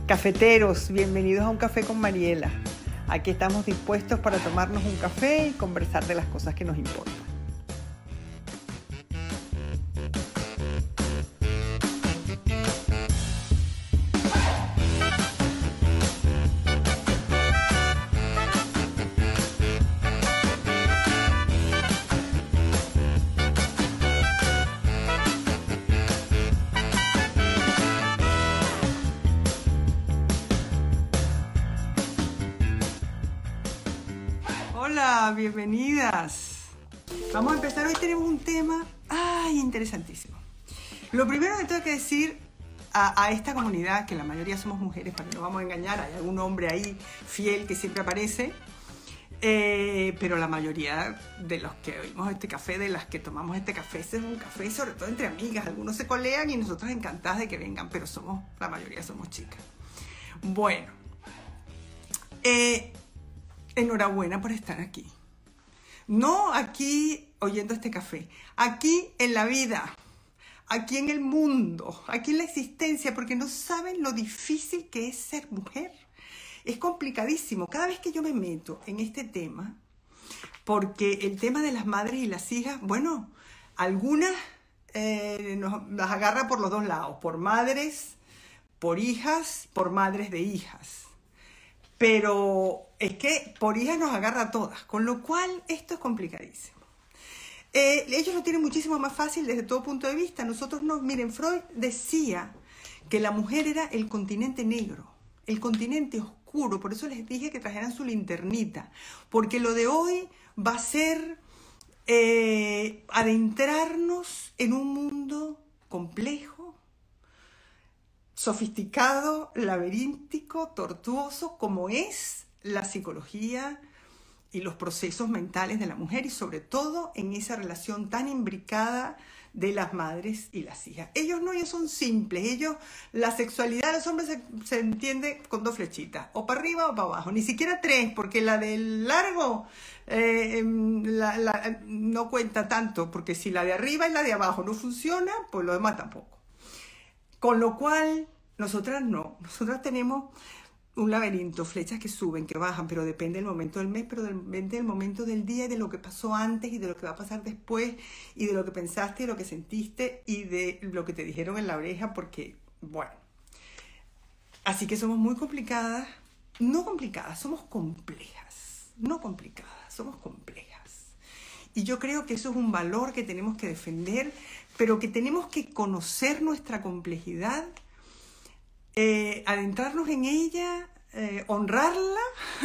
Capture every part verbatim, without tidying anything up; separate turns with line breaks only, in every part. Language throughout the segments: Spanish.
Cafeteros, bienvenidos a Un Café con Mariela. Aquí estamos dispuestos para tomarnos un café y conversar de las cosas que nos importan. Hola, bienvenidas. Vamos a empezar. Hoy tenemos un tema ay, interesantísimo. Lo primero que tengo que decir a, a esta comunidad, que la mayoría somos mujeres, para que no vamos a engañar, hay algún hombre ahí fiel que siempre aparece, eh, pero la mayoría de los que oímos este café, de las que tomamos este café, este es un café sobre todo entre amigas. Algunos se colean y nosotras encantadas de que vengan, pero somos, la mayoría somos chicas. Bueno, eh, enhorabuena por estar aquí. No aquí oyendo este café, aquí en la vida, aquí en el mundo, aquí en la existencia, porque no saben lo difícil que es ser mujer. Es complicadísimo. Cada vez que yo me meto en este tema, porque el tema de las madres y las hijas, bueno, algunas eh, nos, las agarra por los dos lados, por madres, por hijas, por madres de hijas. Pero es que por hijas nos agarra a todas, con lo cual esto es complicadísimo. Eh, ellos lo tienen muchísimo más fácil desde todo punto de vista. Nosotros no. Miren, Freud decía que la mujer era el continente negro, el continente oscuro. Por eso les dije que trajeran su linternita, porque lo de hoy va a ser eh, adentrarnos en un mundo complejo, sofisticado, laberíntico, tortuoso, como es la psicología y los procesos mentales de la mujer, y sobre todo en esa relación tan imbricada de las madres y las hijas. Ellos no, ellos son simples. Ellos, la sexualidad de los hombres se, se entiende con dos flechitas, o para arriba o para abajo, ni siquiera tres, porque la del largo eh, la, la, no cuenta tanto, porque si la de arriba y la de abajo no funciona, pues lo demás tampoco. Con lo cual, nosotras no, nosotras tenemos un laberinto, flechas que suben, que bajan, pero depende del momento del mes, pero depende del momento del día y de lo que pasó antes y de lo que va a pasar después y de lo que pensaste y lo que sentiste y de lo que te dijeron en la oreja, porque, bueno. Así que somos muy complicadas, no complicadas, somos complejas, no complicadas, somos complejas. Y yo creo que eso es un valor que tenemos que defender, pero que tenemos que conocer nuestra complejidad, eh, adentrarnos en ella, eh, honrarla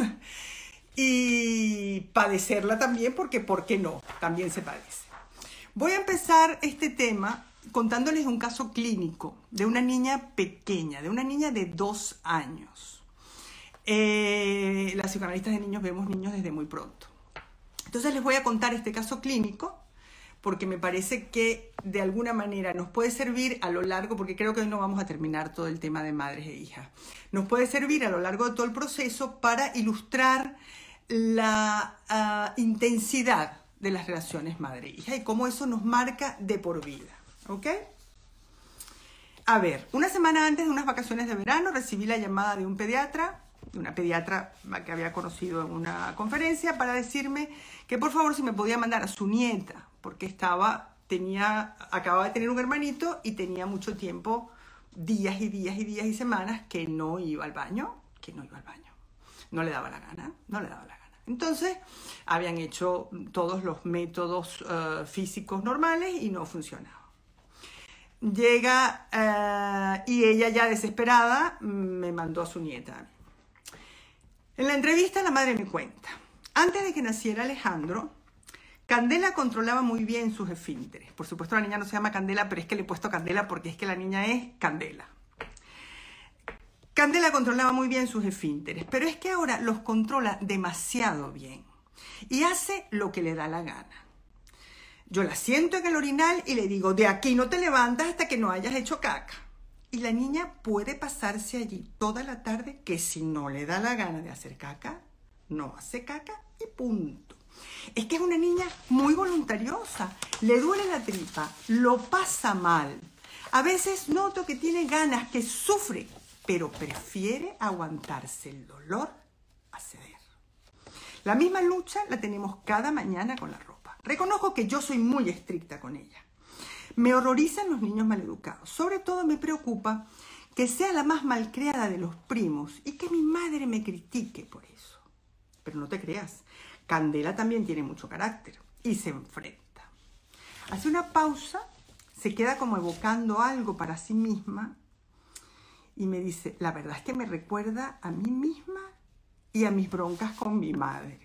y padecerla también, porque ¿por qué no? También se padece. Voy a empezar este tema contándoles un caso clínico de una niña pequeña, de una niña de dos años. Eh, las psicoanalistas de niños vemos niños desde muy pronto. Entonces les voy a contar este caso clínico, porque me parece que de alguna manera nos puede servir a lo largo, porque creo que hoy no vamos a terminar todo el tema de madres e hijas, nos puede servir a lo largo de todo el proceso para ilustrar la uh, intensidad de las relaciones madre-hija y cómo eso nos marca de por vida, ¿ok? A ver, una semana antes de unas vacaciones de verano recibí la llamada de un pediatra, de una pediatra que había conocido en una conferencia, para decirme que por favor si me podía mandar a su nieta, porque estaba, tenía, acababa de tener un hermanito y tenía mucho tiempo, días y días y días y semanas que no iba al baño, que no iba al baño. No le daba la gana, no le daba la gana. Entonces, habían hecho todos los métodos uh, físicos normales y no funcionaba. Llega uh, y ella ya desesperada me mandó a su nieta. En la entrevista la madre me cuenta, antes de que naciera Alejandro, Candela controlaba muy bien sus esfínteres. Por supuesto la niña no se llama Candela, pero es que le he puesto Candela porque es que la niña es Candela. Candela controlaba muy bien sus esfínteres, pero es que ahora los controla demasiado bien y hace lo que le da la gana. Yo la siento en el orinal y le digo, de aquí no te levantas hasta que no hayas hecho caca. Y la niña puede pasarse allí toda la tarde, que si no le da la gana de hacer caca, no hace caca y punto. Es que es una niña muy voluntariosa, le duele la tripa, lo pasa mal. A veces noto que tiene ganas, que sufre pero prefiere aguantarse el dolor a ceder. La misma lucha la tenemos cada mañana con la ropa. Reconozco que yo soy muy estricta con ella. Me horrorizan los niños maleducados. Sobre todo me preocupa que sea la más malcriada de los primos y que mi madre me critique por eso. Pero no te creas, Candela también tiene mucho carácter y se enfrenta. Hace una pausa, se queda como evocando algo para sí misma y me dice, la verdad es que me recuerda a mí misma y a mis broncas con mi madre.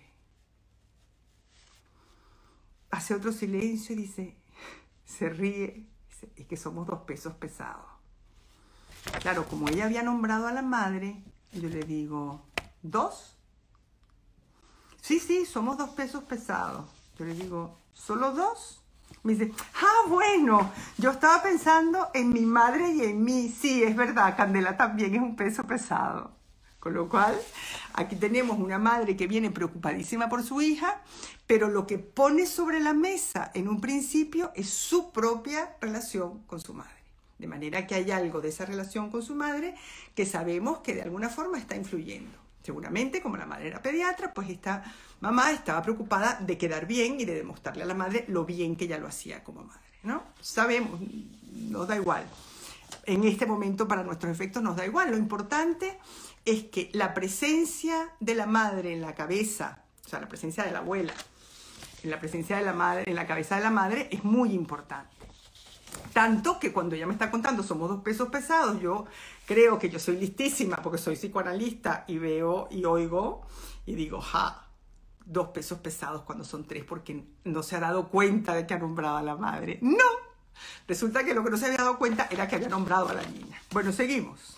Hace otro silencio y dice, se ríe, dice, es que somos dos pesos pesados. Claro, como ella había nombrado a la madre, yo le digo, ¿dos? Sí, sí, somos dos pesos pesados. Yo le digo, ¿solo dos? Me dice, ah, bueno, yo estaba pensando en mi madre y en mí. Sí, es verdad, Candela también es un peso pesado. Con lo cual, aquí tenemos una madre que viene preocupadísima por su hija, pero lo que pone sobre la mesa en un principio es su propia relación con su madre. De manera que hay algo de esa relación con su madre que sabemos que de alguna forma está influyendo. Seguramente, como la madre era pediatra, pues esta mamá estaba preocupada de quedar bien y de demostrarle a la madre lo bien que ella lo hacía como madre, ¿no? Sabemos, nos da igual. En este momento, para nuestros efectos, nos da igual. Lo importante es que la presencia de la madre en la cabeza, o sea, la presencia de la abuela, en la presencia de la madre, en la cabeza de la madre, es muy importante. Tanto que cuando ella me está contando somos dos pesos pesados, yo creo que yo soy listísima porque soy psicoanalista y veo y oigo y digo, ja, dos pesos pesados cuando son tres porque no se ha dado cuenta de que ha nombrado a la madre. ¡No! Resulta que lo que no se había dado cuenta era que había nombrado a la niña. Bueno, seguimos.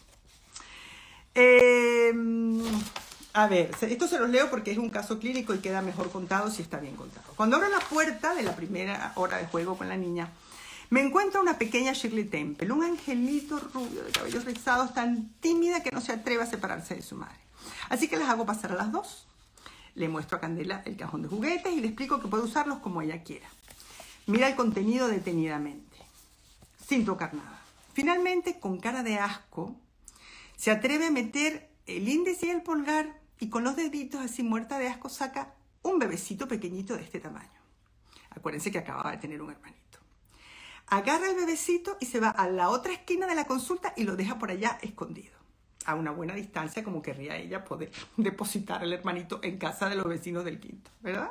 Eh, a ver, esto se los leo porque es un caso clínico y queda mejor contado si está bien contado. Cuando abro la puerta de la primera hora de juego con la niña, me encuentro una pequeña Shirley Temple, un angelito rubio de cabellos rizados, tan tímida que no se atreve a separarse de su madre. Así que las hago pasar a las dos. Le muestro a Candela el cajón de juguetes y le explico que puede usarlos como ella quiera. Mira el contenido detenidamente, sin tocar nada. Finalmente, con cara de asco, se atreve a meter el índice y el pulgar y con los deditos así muerta de asco saca un bebecito pequeñito de este tamaño. Acuérdense que acababa de tener un hermanito. Agarra el bebecito y se va a la otra esquina de la consulta y lo deja por allá escondido. A una buena distancia, como querría ella poder depositar al hermanito en casa de los vecinos del quinto, ¿verdad?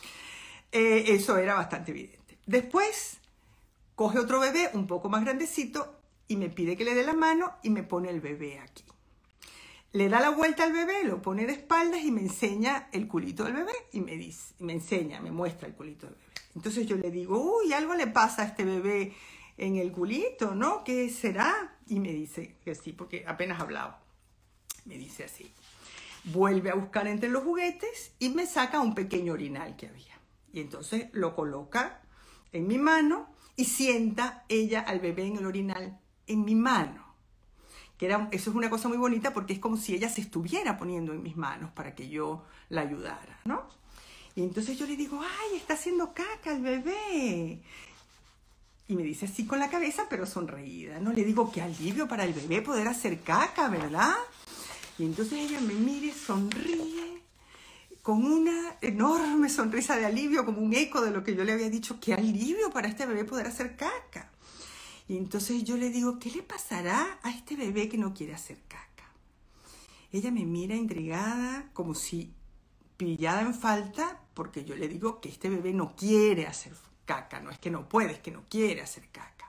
Eh, eso era bastante evidente. Después, coge otro bebé un poco más grandecito y me pide que le dé la mano y me pone el bebé aquí. Le da la vuelta al bebé, lo pone de espaldas y me enseña el culito del bebé y me dice, me enseña, me muestra el culito del bebé. Entonces yo le digo, uy, algo le pasa a este bebé en el culito, ¿no? ¿Qué será? Y me dice que sí, porque apenas hablaba. Me dice así. Vuelve a buscar entre los juguetes y me saca un pequeño orinal que había. Y entonces lo coloca en mi mano y sienta ella al bebé en el orinal en mi mano. Que era, eso es una cosa muy bonita porque es como si ella se estuviera poniendo en mis manos para que yo la ayudara, ¿no? Y entonces yo le digo, ay, está haciendo caca el bebé. Y me dice así con la cabeza, pero sonreída, ¿no? Le digo, qué alivio para el bebé poder hacer caca, ¿verdad? Y entonces ella me mira y sonríe con una enorme sonrisa de alivio, como un eco de lo que yo le había dicho, qué alivio para este bebé poder hacer caca. Y entonces yo le digo, ¿qué le pasará a este bebé que no quiere hacer caca? Ella me mira intrigada, como si pillada en falta, porque yo le digo que este bebé no quiere hacer caca, no es que no puede, es que no quiere hacer caca.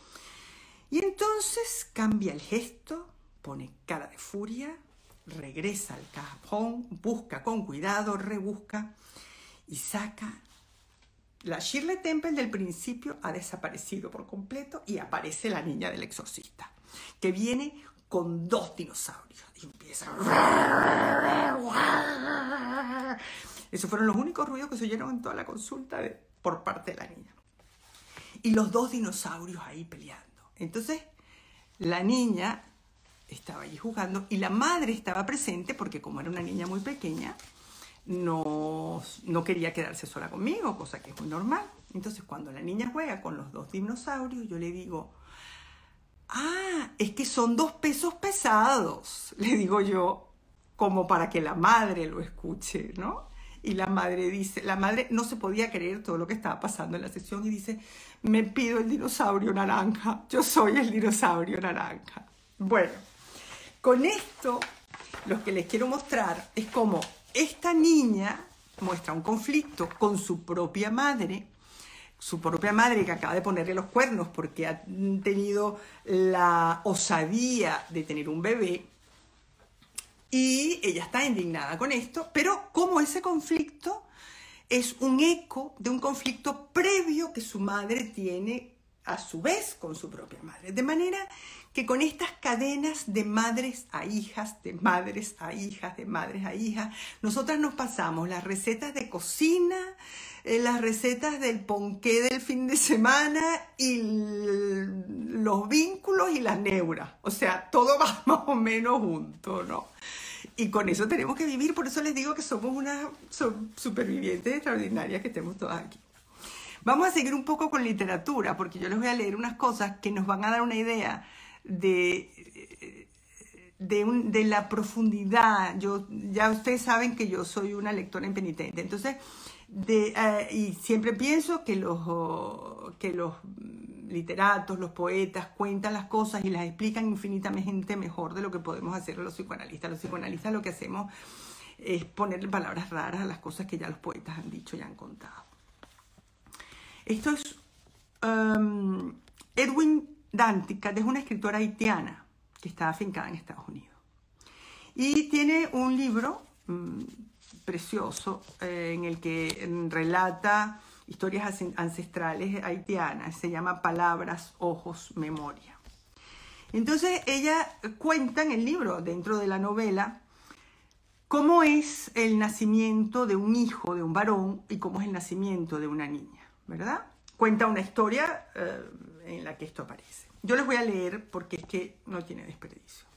Y entonces cambia el gesto, pone cara de furia, regresa al cajón, busca con cuidado, rebusca y saca. La Shirley Temple del principio ha desaparecido por completo y aparece la niña del exorcista, que viene con dos dinosaurios y empieza. Esos fueron los únicos ruidos que se oyeron en toda la consulta de, por parte de la niña. Y los dos dinosaurios ahí peleando. Entonces, la niña estaba allí jugando y la madre estaba presente porque como era una niña muy pequeña, no, no quería quedarse sola conmigo, cosa que es muy normal. Entonces, cuando la niña juega con los dos dinosaurios, yo le digo, Ah, es que son dos pesos pesados, le digo yo, como para que la madre lo escuche, ¿no? Y la madre dice, la madre no se podía creer todo lo que estaba pasando en la sesión y dice, me pido el dinosaurio naranja, yo soy el dinosaurio naranja. Bueno, con esto lo que les quiero mostrar es cómo esta niña muestra un conflicto con su propia madre, su propia madre que acaba de ponerle los cuernos porque ha tenido la osadía de tener un bebé y ella está indignada con esto, pero como ese conflicto es un eco de un conflicto previo que su madre tiene a su vez con su propia madre. De manera que con estas cadenas de madres a hijas, de madres a hijas, de madres a hijas, nosotras nos pasamos las recetas de cocina, eh, las recetas del ponqué del fin de semana y los vínculos y las neuras. O sea, todo va más o menos junto, ¿no? Y con eso tenemos que vivir, por eso les digo que somos unas supervivientes extraordinarias que estemos todas aquí. Vamos a seguir un poco con literatura, porque yo les voy a leer unas cosas que nos van a dar una idea de, de, un, de la profundidad. Yo, ya ustedes saben que yo soy una lectora impenitente, entonces, de, uh, y siempre pienso que los, uh, que los literatos, los poetas cuentan las cosas y las explican infinitamente mejor de lo que podemos hacer los psicoanalistas. Los psicoanalistas lo que hacemos es ponerle palabras raras a las cosas que ya los poetas han dicho y han contado. Esto es um, Edwin Danticat, es una escritora haitiana que está afincada en Estados Unidos. Y tiene un libro um, precioso eh, en el que relata historias ancestrales haitianas. Se llama Palabras, Ojos, Memoria. Entonces ella cuenta en el libro, dentro de la novela, cómo es el nacimiento de un hijo, de un varón, y cómo es el nacimiento de una niña, ¿verdad? Cuenta una historia eh, en la que esto aparece. Yo les voy a leer porque es que no tiene desperdicio.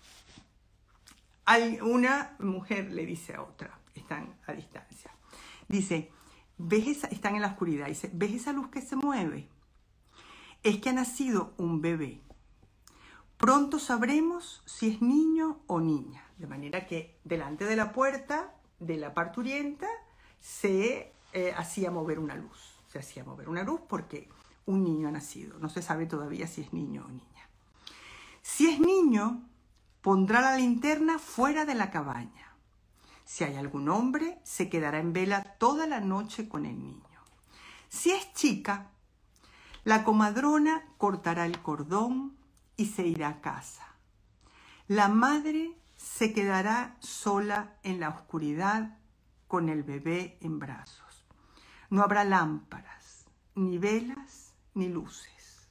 Hay una mujer le dice a otra, están a distancia, dice, ¿ves esa? Están en la oscuridad, dice, ¿ves esa luz que se mueve? Es que ha nacido un bebé. Pronto sabremos si es niño o niña. De manera que delante de la puerta de la parturienta se eh, hacía mover una luz. Se hacía mover una luz porque un niño ha nacido. No se sabe todavía si es niño o niña. Si es niño, pondrá la linterna fuera de la cabaña. Si hay algún hombre, se quedará en vela toda la noche con el niño. Si es chica, la comadrona cortará el cordón y se irá a casa. La madre se quedará sola en la oscuridad con el bebé en brazos. No habrá lámparas, ni velas, ni luces.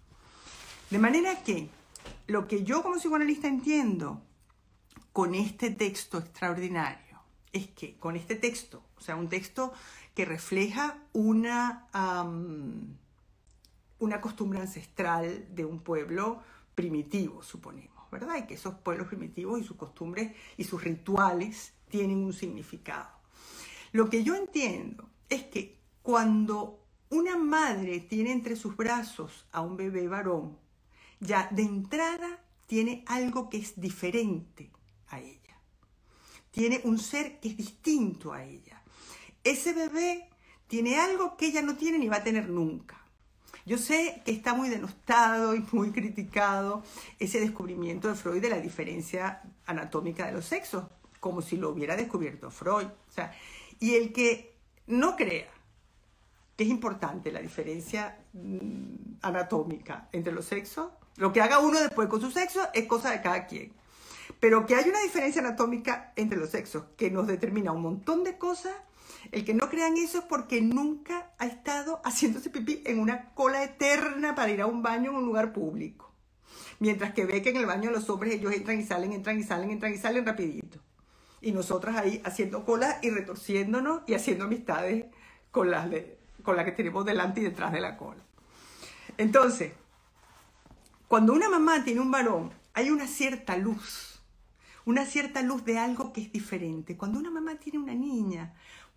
De manera que lo que yo como psicoanalista entiendo con este texto extraordinario es que con este texto, o sea, un texto que refleja una, um, una costumbre ancestral de un pueblo primitivo, suponemos, ¿verdad? Y que esos pueblos primitivos y sus costumbres y sus rituales tienen un significado. Lo que yo entiendo es que cuando una madre tiene entre sus brazos a un bebé varón, ya de entrada tiene algo que es diferente a ella. Tiene un ser que es distinto a ella. Ese bebé tiene algo que ella no tiene ni va a tener nunca. Yo sé que está muy denostado y muy criticado ese descubrimiento de Freud de la diferencia anatómica de los sexos, como si lo hubiera descubierto Freud. O sea, y el que no crea que es importante la diferencia mmm, anatómica entre los sexos, lo que haga uno después con su sexo es cosa de cada quien. Pero que hay una diferencia anatómica entre los sexos que nos determina un montón de cosas, el que no crean eso es porque nunca ha estado haciéndose pipí en una cola eterna para ir a un baño en un lugar público. Mientras que ve que en el baño los hombres ellos entran y salen, entran y salen, entran y salen rapidito. Y nosotras ahí haciendo cola y retorciéndonos y haciendo amistades con las, de, con las que tenemos delante y detrás de la cola. Entonces, cuando una mamá tiene un varón, hay una cierta luz. Una cierta luz de algo que es diferente. Cuando una mamá tiene una niña,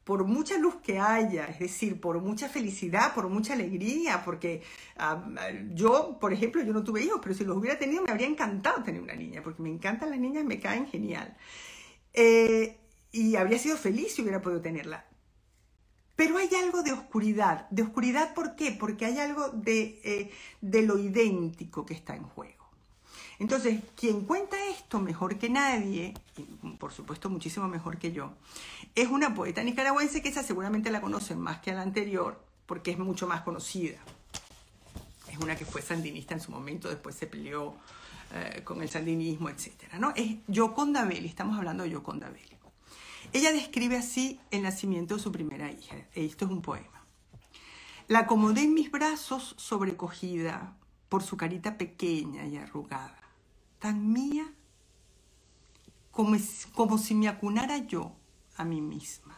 por mucha luz que haya, es decir, por mucha felicidad, por mucha alegría, porque uh, yo, por ejemplo, yo no tuve hijos, pero si los hubiera tenido me habría encantado tener una niña, porque me encantan las niñas, me caen genial. Eh, y habría sido feliz si hubiera podido tenerla. Pero hay algo de oscuridad. ¿De oscuridad por qué? Porque hay algo de, eh, de lo idéntico que está en juego. Entonces, quien cuenta esto mejor que nadie, y por supuesto muchísimo mejor que yo, es una poeta nicaragüense que esa seguramente la conocen más que a la anterior, porque es mucho más conocida. Es una que fue sandinista en su momento, después se peleó eh, con el sandinismo, etcétera, ¿no? Es Gioconda Belli, estamos hablando de Gioconda Belli. Ella describe así el nacimiento de su primera hija. Esto es un poema. La acomodé en mis brazos sobrecogida por su carita pequeña y arrugada, tan mía como, es, como si me acunara yo a mí misma.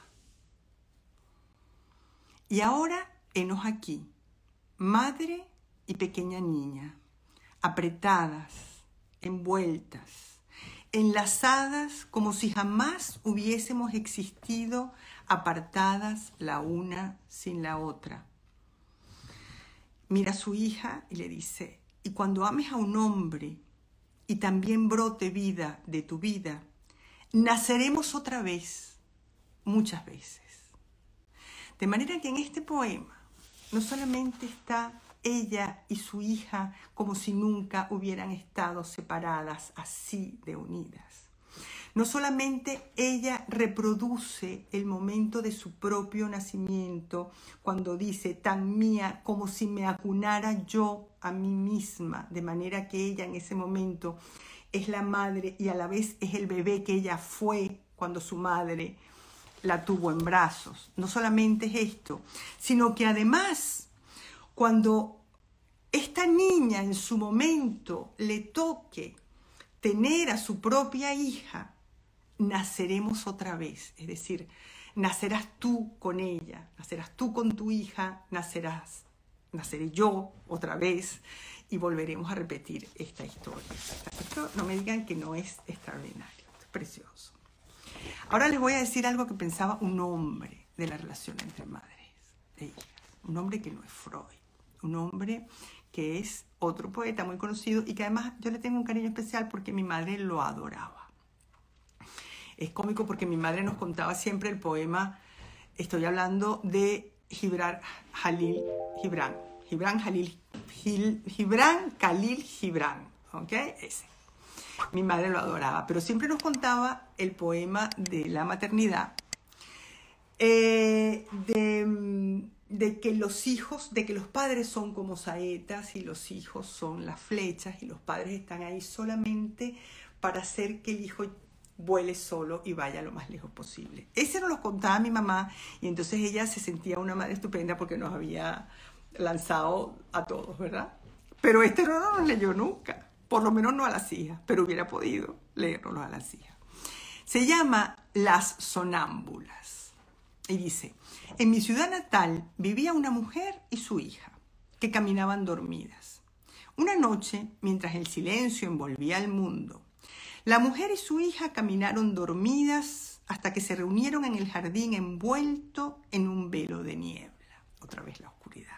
Y ahora, henos aquí, madre y pequeña niña, apretadas, envueltas, enlazadas como si jamás hubiésemos existido, apartadas la una sin la otra. Mira a su hija y le dice, y cuando ames a un hombre y también brote vida de tu vida, naceremos otra vez, muchas veces. De manera que en este poema no solamente está ella y su hija como si nunca hubieran estado separadas, así de unidas. No solamente ella reproduce el momento de su propio nacimiento cuando dice tan mía como si me acunara yo a mí misma, de manera que ella en ese momento es la madre y a la vez es el bebé que ella fue cuando su madre la tuvo en brazos. No solamente es esto, sino que además cuando esta niña en su momento le toque tener a su propia hija, naceremos otra vez, es decir, nacerás tú con ella, nacerás tú con tu hija, nacerás, naceré yo otra vez y volveremos a repetir esta historia. Esto no me digan que no es extraordinario, es precioso. Ahora les voy a decir algo que pensaba un hombre de la relación entre madres e hijas, un hombre que no es Freud, un hombre que es otro poeta muy conocido y que además yo le tengo un cariño especial porque mi madre lo adoraba. Es cómico porque mi madre nos contaba siempre el poema, estoy hablando de Gibran Jalil Gibran, Gibran Jalil, Gibran Khalil Gibran, ¿ok? Ese. Mi madre lo adoraba, pero siempre nos contaba el poema de la maternidad, eh, de, de que los hijos, de que los padres son como saetas y los hijos son las flechas y los padres están ahí solamente para hacer que el hijo vuele solo y vaya lo más lejos posible. Ese nos lo contaba mi mamá y entonces ella se sentía una madre estupenda porque nos había lanzado a todos, ¿verdad? Pero este no nos leyó nunca, por lo menos no a las hijas, pero hubiera podido leerlo a las hijas. Se llama Las Sonámbulas y dice, en mi ciudad natal vivía una mujer y su hija que caminaban dormidas. Una noche, mientras el silencio envolvía al mundo, la mujer y su hija caminaron dormidas hasta que se reunieron en el jardín envuelto en un velo de niebla. Otra vez la oscuridad.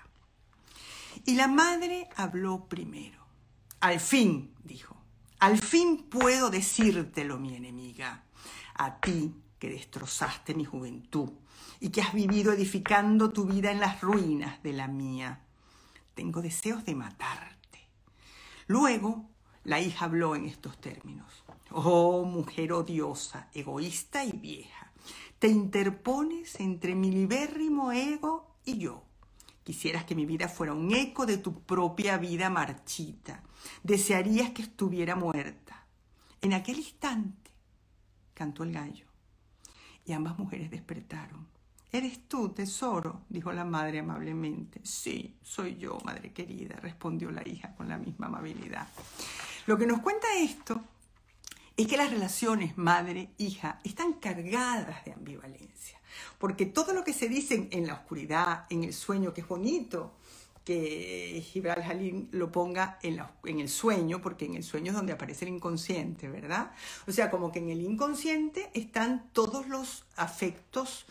Y la madre habló primero. Al fin, dijo, al fin puedo decírtelo, mi enemiga, a ti que destrozaste mi juventud y que has vivido edificando tu vida en las ruinas de la mía. Tengo deseos de matarte. Luego, la hija habló en estos términos. Oh, mujer odiosa, egoísta y vieja, te interpones entre mi libérrimo ego y yo. Quisieras que mi vida fuera un eco de tu propia vida marchita. Desearías que estuviera muerta. En aquel instante, cantó el gallo, y ambas mujeres despertaron. ¿Eres tú, tesoro?, dijo la madre amablemente. Sí, soy yo, madre querida, respondió la hija con la misma amabilidad. Lo que nos cuenta esto es que las relaciones madre-hija están cargadas de ambivalencia, porque todo lo que se dice en la oscuridad, en el sueño, que es bonito que Gibran Jalil lo ponga en, la, en el sueño, porque en el sueño es donde aparece el inconsciente, ¿verdad? O sea, como que en el inconsciente están todos los afectos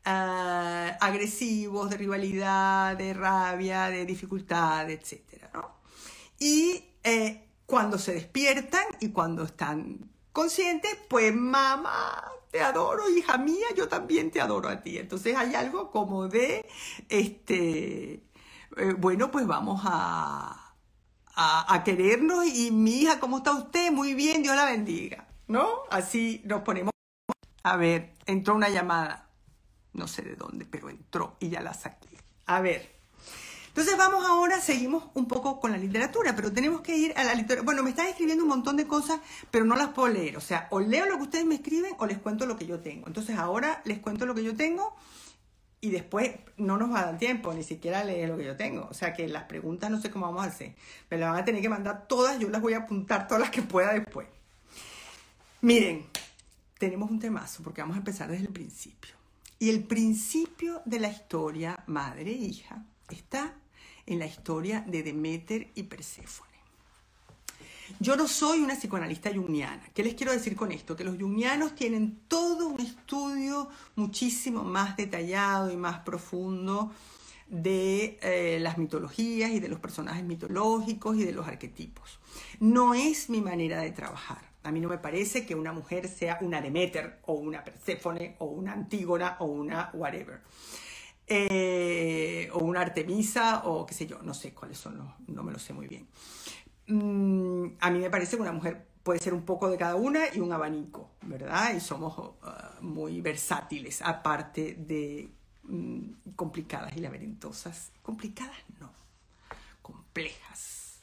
uh, agresivos, de rivalidad, de rabia, de dificultad, etcétera, ¿no? Y eh, cuando se despiertan y cuando están conscientes, pues mamá, te adoro, hija mía, yo también te adoro a ti. Entonces hay algo como de, este, eh, bueno, pues vamos a, a, a querernos y mi hija, ¿cómo está usted? Muy bien, Dios la bendiga, ¿no? Así nos ponemos. A ver, entró una llamada, no sé de dónde, pero entró y ya la saqué. A ver. Entonces vamos ahora, seguimos un poco con la literatura, pero tenemos que ir a la literatura. Bueno, me están escribiendo un montón de cosas, pero no las puedo leer. O sea, o leo lo que ustedes me escriben o les cuento lo que yo tengo. Entonces ahora les cuento lo que yo tengo y después no nos va a dar tiempo ni siquiera leer lo que yo tengo. O sea que las preguntas no sé cómo vamos a hacer. Me las van a tener que mandar todas, yo las voy a apuntar todas las que pueda después. Miren, tenemos un temazo porque vamos a empezar desde el principio. Y el principio de la historia madre e hija está en la historia de Deméter y Perséfone. Yo no soy una psicoanalista junguiana. ¿Qué les quiero decir con esto? Que los junguianos tienen todo un estudio muchísimo más detallado y más profundo de eh, las mitologías y de los personajes mitológicos y de los arquetipos. No es mi manera de trabajar. A mí no me parece que una mujer sea una Deméter o una Perséfone o una Antígona o una whatever. Eh, o una Artemisa o qué sé yo, no sé cuáles son los, no me lo sé muy bien. Mm, a mí me parece que una mujer puede ser un poco de cada una y un abanico, ¿verdad? Y somos uh, muy versátiles, aparte de mm, complicadas y laberintos. Complicadas no, complejas.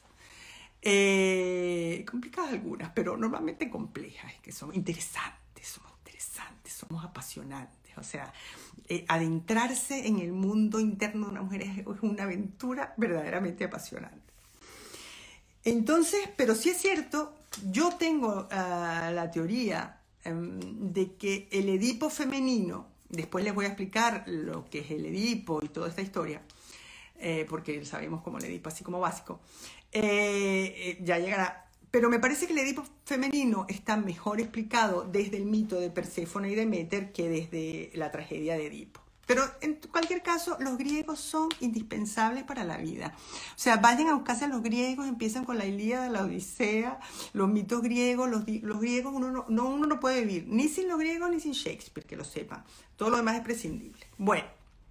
Eh, complicadas algunas, pero normalmente complejas, que son interesantes, somos interesantes, somos apasionantes. O sea, eh, adentrarse en el mundo interno de una mujer es, es una aventura verdaderamente apasionante. Entonces, pero sí es cierto, yo tengo uh, la teoría um, de que el Edipo femenino, después les voy a explicar lo que es el Edipo y toda esta historia, eh, porque sabemos como el Edipo así como básico, eh, eh, ya llegará. Pero me parece que el Edipo femenino está mejor explicado desde el mito de Perséfone y Deméter que desde la tragedia de Edipo. Pero en cualquier caso, los griegos son indispensables para la vida. O sea, vayan a buscarse a los griegos, empiezan con la Ilíada, la Odisea, los mitos griegos. Los, los griegos, uno no, no, uno no puede vivir ni sin los griegos ni sin Shakespeare, que lo sepan. Todo lo demás es prescindible. Bueno,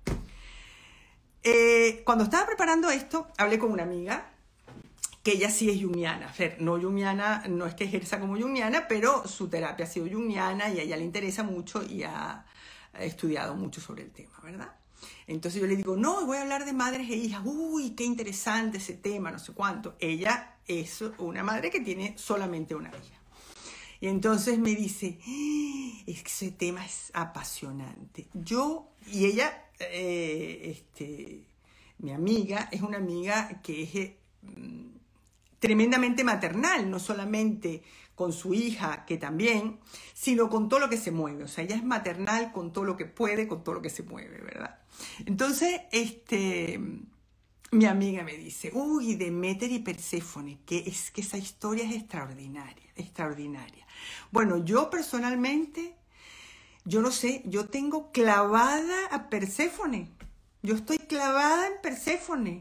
eh, cuando estaba preparando esto, hablé con una amiga, que ella sí es junguiana. No junguiana, no es que ejerza como junguiana, pero su terapia ha sido junguiana y a ella le interesa mucho y ha estudiado mucho sobre el tema, ¿verdad? Entonces yo le digo, no, voy a hablar de madres e hijas. Uy, qué interesante ese tema, no sé cuánto. Ella es una madre que tiene solamente una hija. Y entonces me dice, ese tema es apasionante. Yo, y ella, eh, este, mi amiga, es una amiga que es eh, tremendamente maternal, no solamente con su hija, que también, sino con todo lo que se mueve. O sea, ella es maternal con todo lo que puede, con todo lo que se mueve, ¿verdad? Entonces, este, mi amiga me dice, uy, Deméter y Perséfone, que es que esa historia es extraordinaria, extraordinaria. Bueno, yo personalmente, yo no sé, yo tengo clavada a Perséfone. Yo estoy clavada en Perséfone.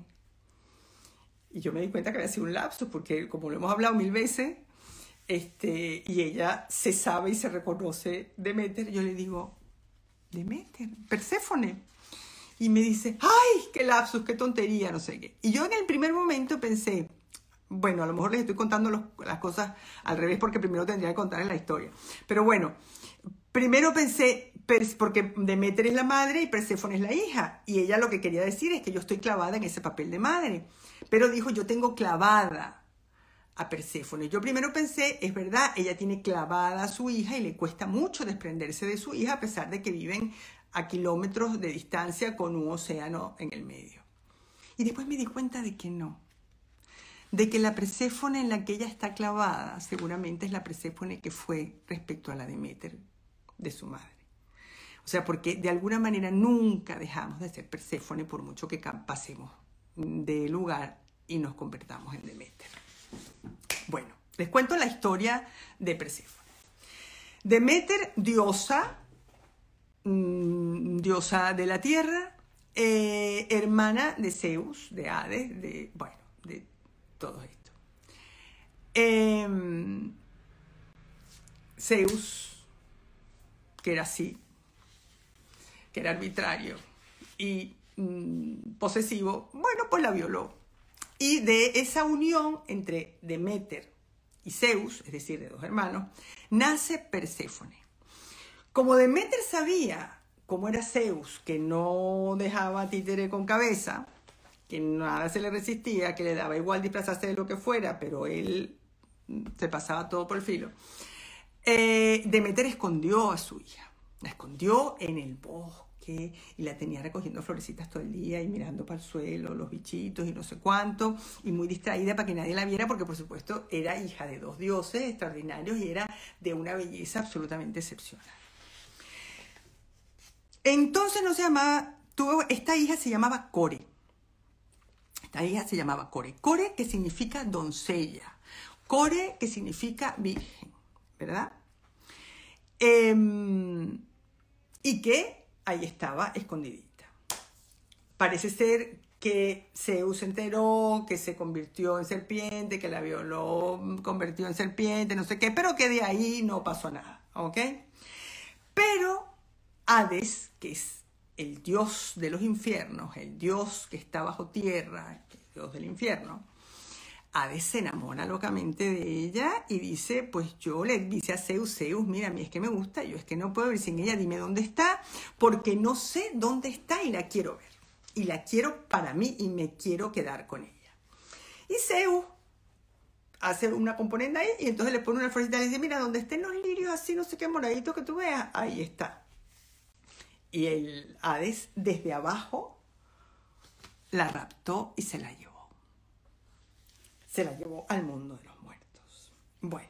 Y yo me di cuenta que había sido un lapsus, porque como lo hemos hablado mil veces, este, y ella se sabe y se reconoce Deméter, yo le digo, Deméter, Perséfone. Y me dice, ¡ay, qué lapsus, qué tontería, no sé qué! Y yo en el primer momento pensé, bueno, a lo mejor les estoy contando los, las cosas al revés, porque primero tendría que contarles la historia. Pero bueno, primero pensé, porque Deméter es la madre y Perséfone es la hija. Y ella lo que quería decir es que yo estoy clavada en ese papel de madre. Pero dijo, yo tengo clavada a Perséfone. Yo primero pensé, es verdad, ella tiene clavada a su hija y le cuesta mucho desprenderse de su hija, a pesar de que viven a kilómetros de distancia con un océano en el medio. Y después me di cuenta de que no. De que la Perséfone en la que ella está clavada seguramente es la Perséfone que fue respecto a la Deméter de su madre. O sea, porque de alguna manera nunca dejamos de ser Perséfone por mucho que pasemos de lugar y nos convertamos en Deméter. Bueno, les cuento la historia de Perséfone. Deméter, diosa mmm, diosa de la tierra, eh, hermana de Zeus, de Hades, de, bueno, de todo esto. Eh, Zeus, que era así, que era arbitrario y mmm, posesivo, bueno, pues la violó. Y de esa unión entre Deméter y Zeus, es decir, de dos hermanos, nace Perséfone. Como Deméter sabía cómo era Zeus, que no dejaba títere con cabeza, que nada se le resistía, que le daba igual disfrazarse de lo que fuera, pero él se pasaba todo por el filo, eh, Deméter escondió a su hija. La escondió en el bosque y la tenía recogiendo florecitas todo el día y mirando para el suelo, los bichitos y no sé cuánto, y muy distraída para que nadie la viera, porque por supuesto era hija de dos dioses extraordinarios y era de una belleza absolutamente excepcional. Entonces no se llamaba, tuvo, esta hija se llamaba Core. Esta hija se llamaba Core. Core, que significa doncella. Core, que significa virgen, ¿verdad? Eh, y que ahí estaba escondidita. Parece ser que Zeus se enteró, que se convirtió en serpiente, que la violó, convirtió en serpiente, no sé qué, pero que de ahí no pasó nada, ¿ok? Pero Hades, que es el dios de los infiernos, el dios que está bajo tierra, el dios del infierno, Hades se enamora locamente de ella y dice, pues yo le dice a Zeus, Zeus, mira, a mí es que me gusta, yo es que no puedo vivir sin ella, dime dónde está, porque no sé dónde está y la quiero ver. Y la quiero para mí y me quiero quedar con ella. Y Zeus hace una componente ahí y entonces le pone una florecita y le dice, mira, donde estén los lirios así, no sé qué moradito que tú veas, ahí está. Y el Hades desde abajo la raptó y se la llevó. Se la llevó al mundo de los muertos. Bueno.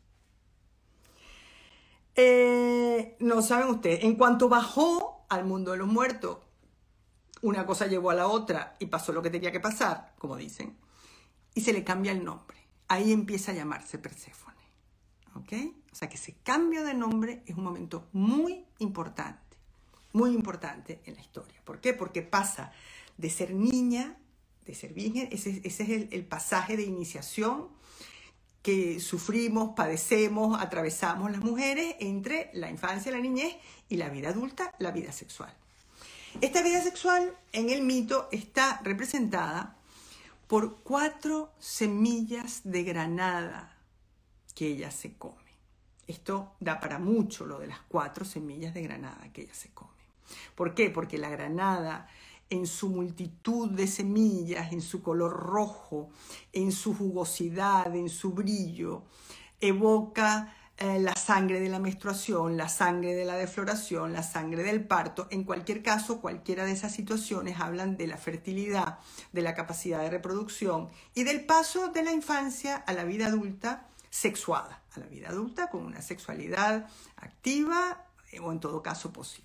Eh, no saben ustedes, en cuanto bajó al mundo de los muertos, una cosa llevó a la otra y pasó lo que tenía que pasar, como dicen, y se le cambia el nombre. Ahí empieza a llamarse Perséfone. ¿Ok? O sea que ese cambio de nombre es un momento muy importante, muy importante en la historia. ¿Por qué? Porque pasa de ser niña, de ser virgen, ese, ese es el, el pasaje de iniciación que sufrimos, padecemos, atravesamos las mujeres entre la infancia, la niñez y la vida adulta, la vida sexual. Esta vida sexual en el mito está representada por cuatro semillas de granada que ella se come. Esto da para mucho, lo de las cuatro semillas de granada que ella se come. ¿Por qué? Porque la granada, en su multitud de semillas, en su color rojo, en su jugosidad, en su brillo, evoca eh, la sangre de la menstruación, la sangre de la defloración, la sangre del parto. En cualquier caso, cualquiera de esas situaciones hablan de la fertilidad, de la capacidad de reproducción y del paso de la infancia a la vida adulta sexuada, a la vida adulta con una sexualidad activa eh, o en todo caso posible.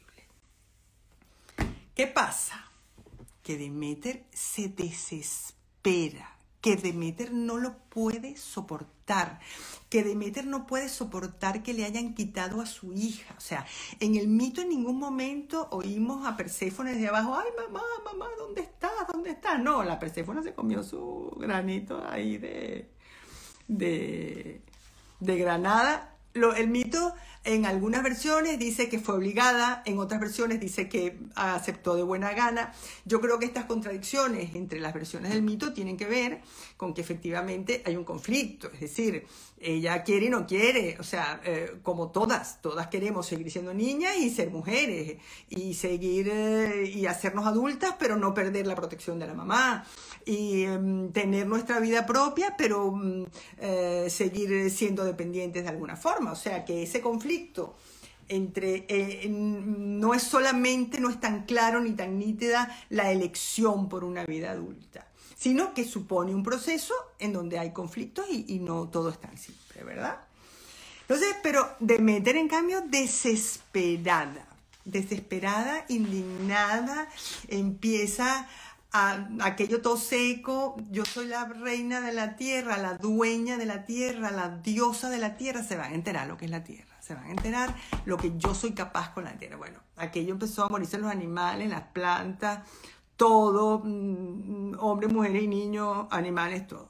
¿Qué pasa? Que Deméter se desespera, que Deméter no lo puede soportar, que Deméter no puede soportar que le hayan quitado a su hija. O sea, en el mito en ningún momento oímos a Perséfone desde abajo, ay, mamá, mamá, ¿dónde estás? ¿Dónde estás? No, la Perséfone se comió su granito ahí de, de, de granada. Lo, el mito en algunas versiones dice que fue obligada, en otras versiones dice que aceptó de buena gana. Yo creo que estas contradicciones entre las versiones del mito tienen que ver con que efectivamente hay un conflicto, es decir, ella quiere y no quiere, o sea, eh, como todas, todas queremos seguir siendo niñas y ser mujeres y seguir eh, y hacernos adultas, pero no perder la protección de la mamá y eh, tener nuestra vida propia, pero eh, seguir siendo dependientes de alguna forma. O sea, que ese conflicto entre eh, no es solamente, no es tan claro ni tan nítida la elección por una vida adulta, sino que supone un proceso en donde hay conflictos y, y no todo es tan simple, ¿verdad? Entonces, pero Deméter, en cambio, desesperada, desesperada, indignada, empieza a, aquello todo seco, yo soy la reina de la tierra, la dueña de la tierra, la diosa de la tierra, se van a enterar lo que es la tierra, se van a enterar lo que yo soy capaz con la tierra. Bueno, aquello empezó a morirse los animales, las plantas, todo, mmm, hombres, mujeres y niños, animales, todo.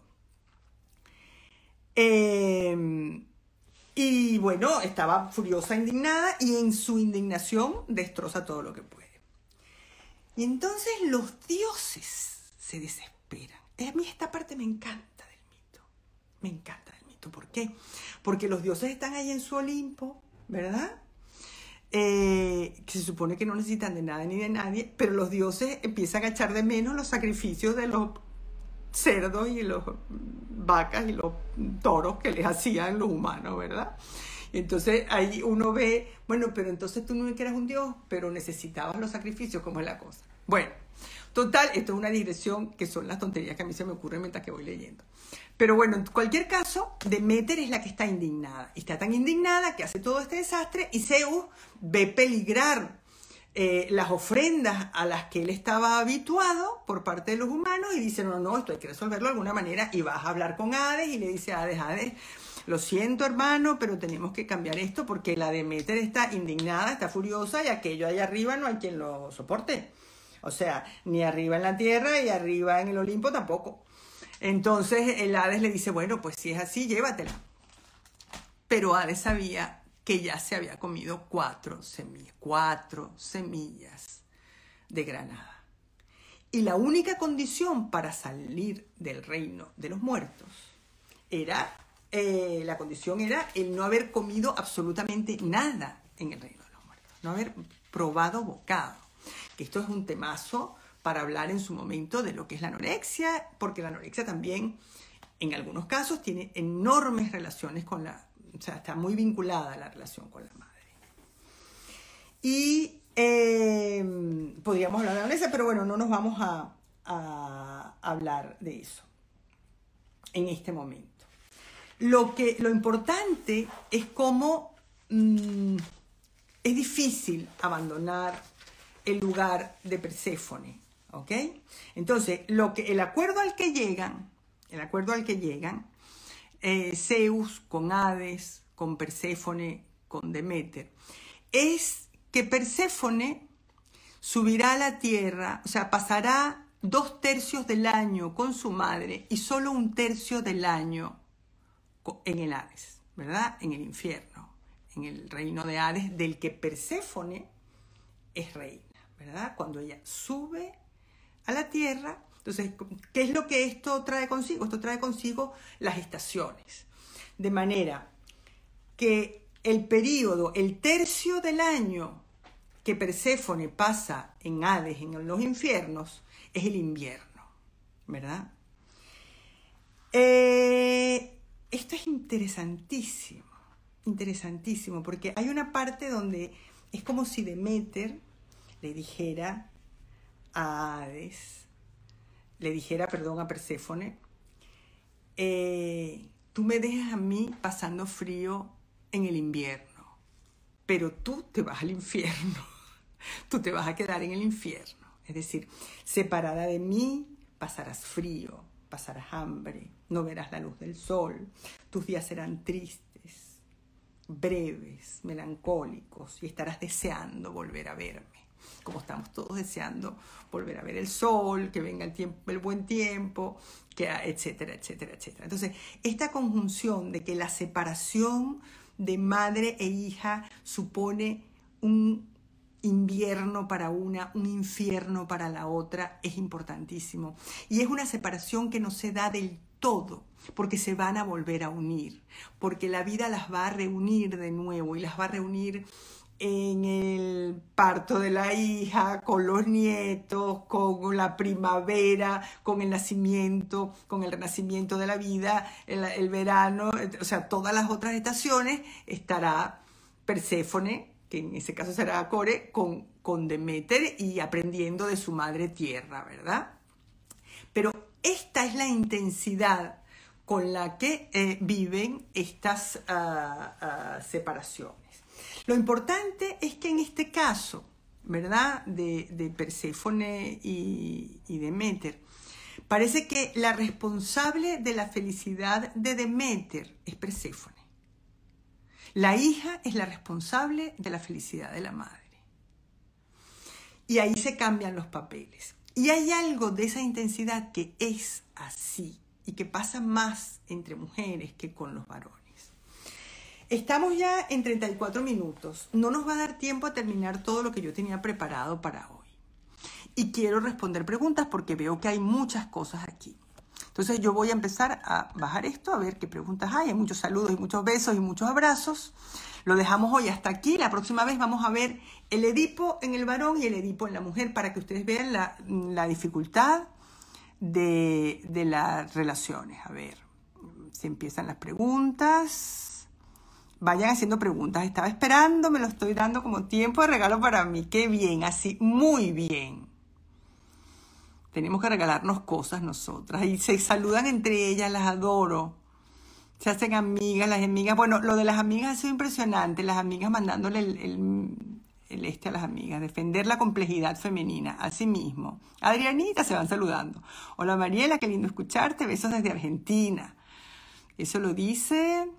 Eh, y bueno, estaba furiosa, indignada, y en su indignación destroza todo lo que puede. Y entonces los dioses se desesperan. A mí esta parte me encanta del mito. Me encanta del mito. ¿Por qué? Porque los dioses están ahí en su Olimpo, ¿verdad? Eh, que se supone que no necesitan de nada ni de nadie, pero los dioses empiezan a echar de menos los sacrificios de los cerdos y los vacas y los toros que les hacían los humanos, ¿verdad? Y entonces ahí uno ve, bueno, pero entonces tú no eras un dios, pero necesitabas los sacrificios, ¿cómo es la cosa? Bueno, total, esto es una digresión que son las tonterías que a mí se me ocurren mientras que voy leyendo. Pero bueno, en cualquier caso, Deméter es la que está indignada. Y está tan indignada que hace todo este desastre y Zeus ve peligrar eh, las ofrendas a las que él estaba habituado por parte de los humanos y dice, no, no, esto hay que resolverlo de alguna manera, y vas a hablar con Hades y le dice a Hades, Hades, lo siento hermano, pero tenemos que cambiar esto porque la Deméter está indignada, está furiosa y aquello allá arriba no hay quien lo soporte. O sea, ni arriba en la tierra y arriba en el Olimpo tampoco. Entonces el Hades le dice, bueno, pues si es así, llévatela. Pero Hades sabía que ya se había comido cuatro semillas, cuatro semillas de granada. Y la única condición para salir del reino de los muertos era, eh, la condición era el no haber comido absolutamente nada en el reino de los muertos, no haber probado bocado. Que esto es un temazo para hablar en su momento de lo que es la anorexia, porque la anorexia también, en algunos casos, tiene enormes relaciones con la, o sea, está muy vinculada a la relación con la madre. Y eh, podríamos hablar de la anorexia, pero bueno, no nos vamos a, a hablar de eso en este momento. Lo, que, lo importante es cómo mmm, es difícil abandonar el lugar de Perséfone, ¿ok? Entonces, lo que, el acuerdo al que llegan, el acuerdo al que llegan, eh, Zeus con Hades, con Perséfone, con Deméter, es que Perséfone subirá a la tierra, o sea, pasará dos tercios del año con su madre y solo un tercio del año en el Hades, ¿verdad? En el infierno, en el reino de Hades, del que Perséfone es reina, ¿verdad? Cuando ella sube a la tierra. Entonces, ¿qué es lo que esto trae consigo? Esto trae consigo las estaciones. De manera que el periodo, el tercio del año que Perséfone pasa en Hades, en los infiernos, es el invierno, ¿verdad? Eh, esto es interesantísimo, interesantísimo, porque hay una parte donde es como si Deméter le dijera a Hades, le dijera, perdón, a Perséfone, eh, tú me dejas a mí pasando frío en el invierno, pero tú te vas al infierno, tú te vas a quedar en el infierno. Es decir, separada de mí, pasarás frío, pasarás hambre, no verás la luz del sol, tus días serán tristes, breves, melancólicos, y estarás deseando volver a verme, como estamos todos deseando volver a ver el sol, que venga el tiempo, el buen tiempo, que, etcétera, etcétera, etcétera. Entonces, esta conjunción de que la separación de madre e hija supone un invierno para una, un infierno para la otra, es importantísimo. Y es una separación que no se da del todo, porque se van a volver a unir, porque la vida las va a reunir de nuevo y las va a reunir en el parto de la hija, con los nietos, con la primavera, con el nacimiento, con el renacimiento de la vida, el, el verano, o sea, todas las otras estaciones estará Perséfone, que en ese caso será Core, con, con Deméter y aprendiendo de su madre tierra, ¿verdad? Pero esta es la intensidad con la que eh, viven estas uh, uh, separaciones. Lo importante es que en este caso, ¿verdad?, de, de Perséfone y, y Deméter, parece que la responsable de la felicidad de Deméter es Perséfone. La hija es la responsable de la felicidad de la madre. Y ahí se cambian los papeles. Y hay algo de esa intensidad que es así y que pasa más entre mujeres que con los varones. Estamos ya en treinta y cuatro minutos. No nos va a dar tiempo a terminar todo lo que yo tenía preparado para hoy. Y quiero responder preguntas porque veo que hay muchas cosas aquí. Entonces yo voy a empezar a bajar esto, a ver qué preguntas hay. Hay muchos saludos y muchos besos y muchos abrazos. Lo dejamos hoy hasta aquí. La próxima vez vamos a ver el Edipo en el varón y el Edipo en la mujer para que ustedes vean la, la dificultad de, de las relaciones. A ver, si empiezan las preguntas. Vayan haciendo preguntas. Estaba esperando, me lo estoy dando como tiempo de regalo para mí. Qué bien, así, muy bien. Tenemos que regalarnos cosas nosotras. Y se saludan entre ellas, las adoro. Se hacen amigas, las amigas. Bueno, lo de las amigas ha sido impresionante. Las amigas mandándole el, el, el este a las amigas. Defender la complejidad femenina. Así mismo. Adrianita, se van saludando. Hola Mariela, qué lindo escucharte. Besos desde Argentina. Eso lo dice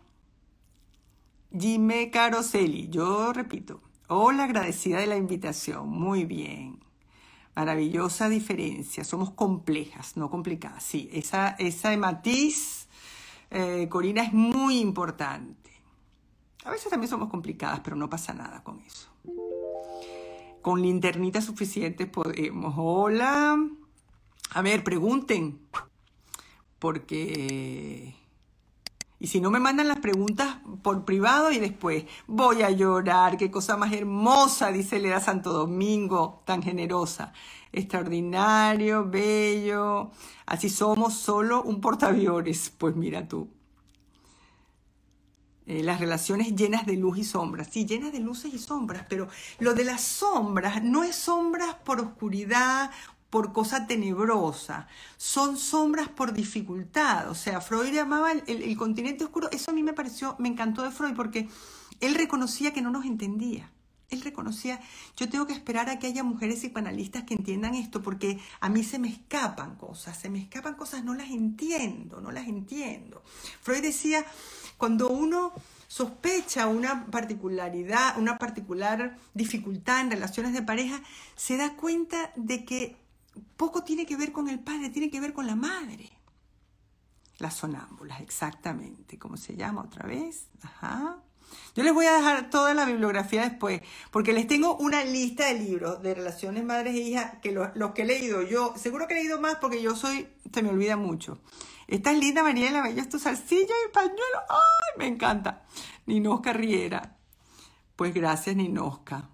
Jimé Caroselli. Yo repito. Hola, agradecida de la invitación. Muy bien. Maravillosa diferencia. Somos complejas, no complicadas. Sí, esa, esa matiz, eh, Corina, es muy importante. A veces también somos complicadas, pero no pasa nada con eso. Con linternita suficiente podemos. Hola. A ver, pregunten. Porque... Y si no me mandan las preguntas por privado y después voy a llorar, qué cosa más hermosa, dice Leda Santo Domingo, tan generosa. Extraordinario, bello, así somos, solo un portaaviones. Pues mira tú. Eh, las relaciones llenas de luz y sombras, sí, llenas de luces y sombras, pero lo de las sombras no es sombras por oscuridad, por cosa tenebrosa, son sombras por dificultad. O sea, Freud llamaba el, el, el continente oscuro. Eso a mí me pareció, me encantó de Freud porque él reconocía que no nos entendía. Él reconocía, yo tengo que esperar a que haya mujeres psicoanalistas que entiendan esto porque a mí se me escapan cosas, se me escapan cosas, no las entiendo, no las entiendo. Freud decía, cuando uno sospecha una particularidad, una particular dificultad en relaciones de pareja, se da cuenta de que poco tiene que ver con el padre, tiene que ver con la madre. Las sonámbulas, exactamente. ¿Cómo se llama otra vez? Ajá. Yo les voy a dejar toda la bibliografía después, porque les tengo una lista de libros de relaciones madres e hijas, que los, los que he leído yo, seguro que he leído más porque yo soy, se me olvida mucho. Esta es linda, Mariela, bella es tu salsilla y pañuelo. ¡Ay, me encanta! Ninosca Riera. Pues gracias, Ninosca.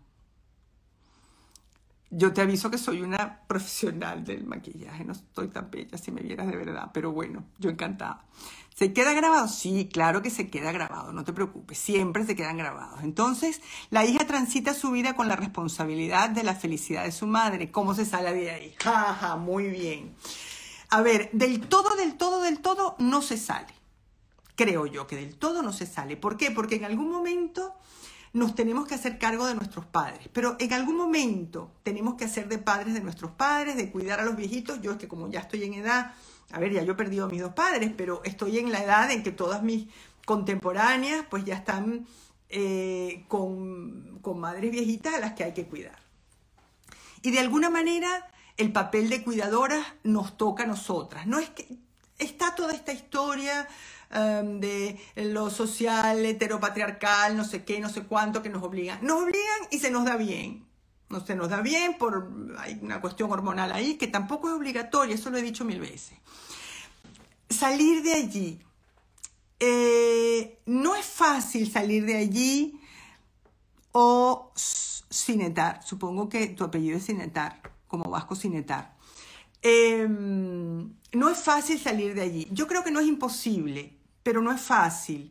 Yo te aviso que soy una profesional del maquillaje, no estoy tan bella si me vieras de verdad, pero bueno, yo encantada. ¿Se queda grabado? Sí, claro que se queda grabado, no te preocupes, siempre se quedan grabados. Entonces, la hija transita su vida con la responsabilidad de la felicidad de su madre. ¿Cómo se sale de ahí? Ja, ja, muy bien. A ver, del todo, del todo, del todo no se sale. Creo yo que del todo no se sale. ¿Por qué? Porque en algún momento nos tenemos que hacer cargo de nuestros padres, pero en algún momento tenemos que hacer de padres de nuestros padres, de cuidar a los viejitos. Yo es que como ya estoy en edad, a ver, ya yo he perdido a mis dos padres, pero estoy en la edad en que todas mis contemporáneas pues ya están eh, con, con madres viejitas a las que hay que cuidar. Y de alguna manera el papel de cuidadoras nos toca a nosotras. No es que está toda esta historia um, de lo social, heteropatriarcal, no sé qué, no sé cuánto, que nos obligan. Nos obligan y se nos da bien. No se nos da bien por hay una cuestión hormonal ahí que tampoco es obligatoria, eso lo he dicho mil veces. Salir de allí. Eh, no es fácil salir de allí o Sinetar. Supongo que tu apellido es Sinetar, como Vasco Sinetar. Eh, no es fácil salir de allí. Yo creo que no es imposible, pero no es fácil.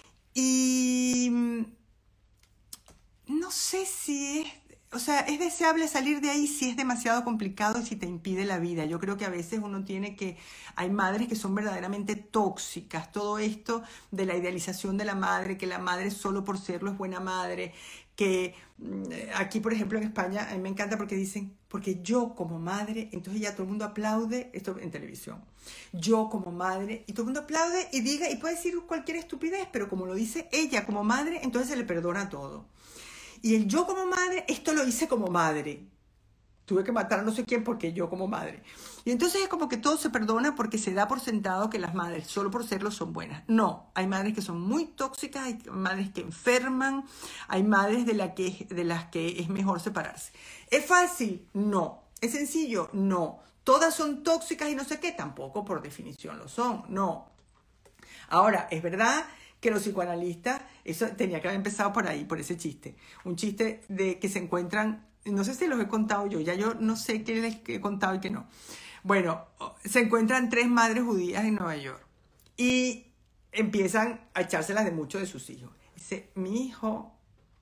Y no sé si es... O sea, es deseable salir de ahí si es demasiado complicado y si te impide la vida. Yo creo que a veces uno tiene que... Hay madres que son verdaderamente tóxicas. Todo esto de la idealización de la madre, que la madre solo por serlo es buena madre, que aquí, por ejemplo, en España, a mí me encanta porque dicen, porque yo como madre, entonces ya todo el mundo aplaude, esto en televisión, yo como madre, y todo el mundo aplaude y diga, y puede decir cualquier estupidez, pero como lo dice ella como madre, entonces se le perdona todo. Y el yo como madre, esto lo hice como madre. Tuve que matar a no sé quién porque yo como madre. Y entonces es como que todo se perdona porque se da por sentado que las madres, solo por serlo, son buenas. No, hay madres que son muy tóxicas, hay madres que enferman, hay madres de, la que, de las que es mejor separarse. ¿Es fácil? No. ¿Es sencillo? No. ¿Todas son tóxicas y no sé qué? Tampoco por definición lo son, no. Ahora, es verdad que los psicoanalistas, eso tenía que haber empezado por ahí, por ese chiste. Un chiste de que se encuentran, no sé si los he contado yo, ya yo no sé qué les he contado y qué no. Bueno, se encuentran tres madres judías en Nueva York y empiezan a echárselas de muchos de sus hijos. Dice, mi hijo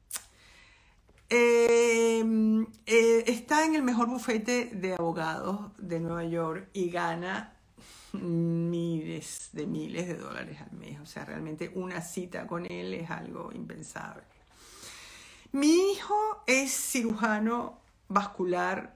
eh, eh, está en el mejor bufete de abogados de Nueva York y gana miles de miles de dólares al mes. O sea, realmente una cita con él es algo impensable. Mi hijo es cirujano vascular,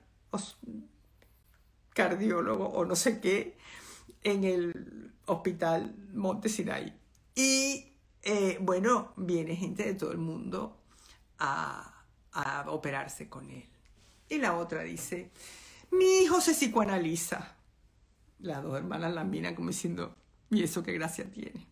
cardiólogo o no sé qué en el hospital Monte Sinai. Y eh, bueno, viene gente de todo el mundo a, a operarse con él. Y la otra dice, mi hijo se psicoanaliza. Las dos hermanas la miran como diciendo, ¿y eso qué gracia tiene?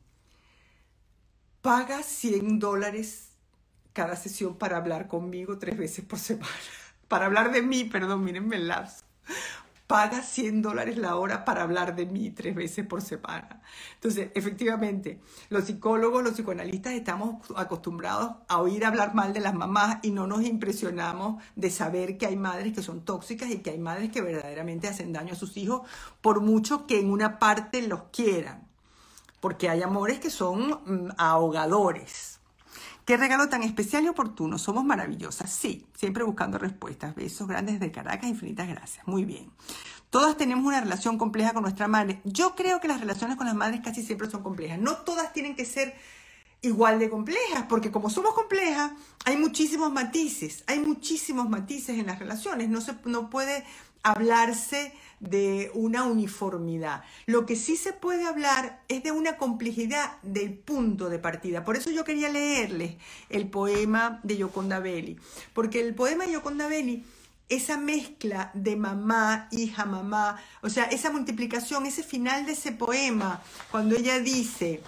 Paga cien dólares cada sesión para hablar conmigo tres veces por semana. Para hablar de mí, perdón, mírenme el lapso. Paga cien dólares la hora para hablar de mí tres veces por semana. Entonces, efectivamente, los psicólogos, los psicoanalistas estamos acostumbrados a oír hablar mal de las mamás y no nos impresionamos de saber que hay madres que son tóxicas y que hay madres que verdaderamente hacen daño a sus hijos por mucho que en una parte los quieran. Porque hay amores que son mmm, ahogadores. Qué regalo tan especial y oportuno. Somos maravillosas. Sí, siempre buscando respuestas. Besos grandes de Caracas. Infinitas gracias. Muy bien. Todas tenemos una relación compleja con nuestra madre. Yo creo que las relaciones con las madres casi siempre son complejas. No todas tienen que ser igual de complejas, porque como somos complejas, hay muchísimos matices. Hay muchísimos matices en las relaciones. No se, no puede hablarse de una uniformidad. Lo que sí se puede hablar es de una complejidad del punto de partida. Por eso yo quería leerles el poema de Gioconda Belli, porque el poema de Gioconda Belli, esa mezcla de mamá, hija, mamá, o sea, esa multiplicación, ese final de ese poema, cuando ella dice,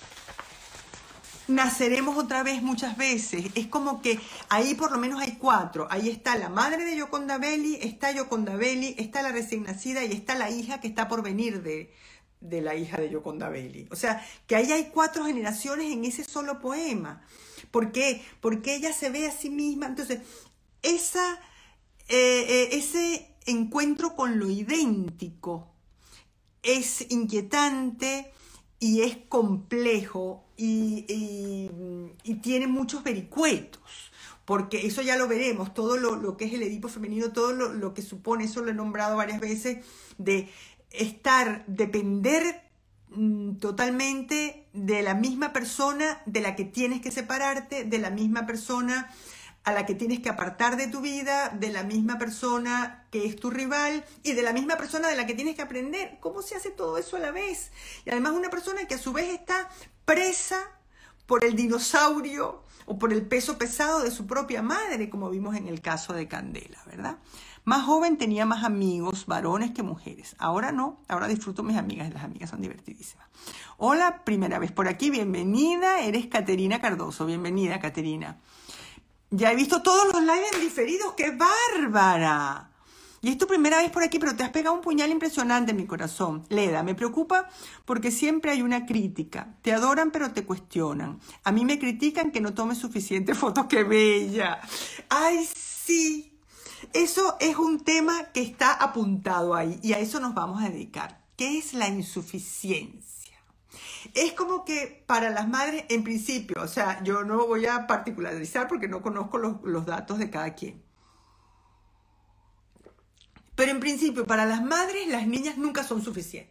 naceremos otra vez muchas veces, es como que ahí por lo menos hay cuatro. Ahí está la madre de Gioconda Belli, está Gioconda Belli, está la recién nacida y está la hija que está por venir de, de la hija de Gioconda Belli. O sea, que ahí hay cuatro generaciones en ese solo poema. ¿Por qué? Porque ella se ve a sí misma. Entonces, esa, eh, eh, ese encuentro con lo idéntico es inquietante y es complejo y, y, y tiene muchos vericuetos, porque eso ya lo veremos, todo lo, lo que es el Edipo femenino, todo lo, lo que supone, eso lo he nombrado varias veces, de estar, depender mmm, totalmente de la misma persona de la que tienes que separarte, de la misma persona a la que tienes que apartar de tu vida, de la misma persona que es tu rival y de la misma persona de la que tienes que aprender. ¿Cómo se hace todo eso a la vez? Y además una persona que a su vez está presa por el dinosaurio o por el peso pesado de su propia madre, como vimos en el caso de Candela, ¿verdad? Más joven tenía más amigos, varones que mujeres. Ahora no, ahora disfruto mis amigas, las amigas son divertidísimas. Hola, primera vez por aquí, bienvenida, eres Caterina Cardoso, bienvenida Caterina. Ya he visto todos los lives en diferidos, ¡qué bárbara! Y es tu primera vez por aquí, pero te has pegado un puñal impresionante en mi corazón. Leda, me preocupa porque siempre hay una crítica. Te adoran, pero te cuestionan. A mí me critican que no tome suficientes fotos. ¡Qué bella! ¡Ay, sí! Eso es un tema que está apuntado ahí y a eso nos vamos a dedicar. ¿Qué es la insuficiencia? Es como que para las madres, en principio, o sea, yo no voy a particularizar porque no conozco los, los datos de cada quien. Pero en principio, para las madres, las niñas nunca son suficientes.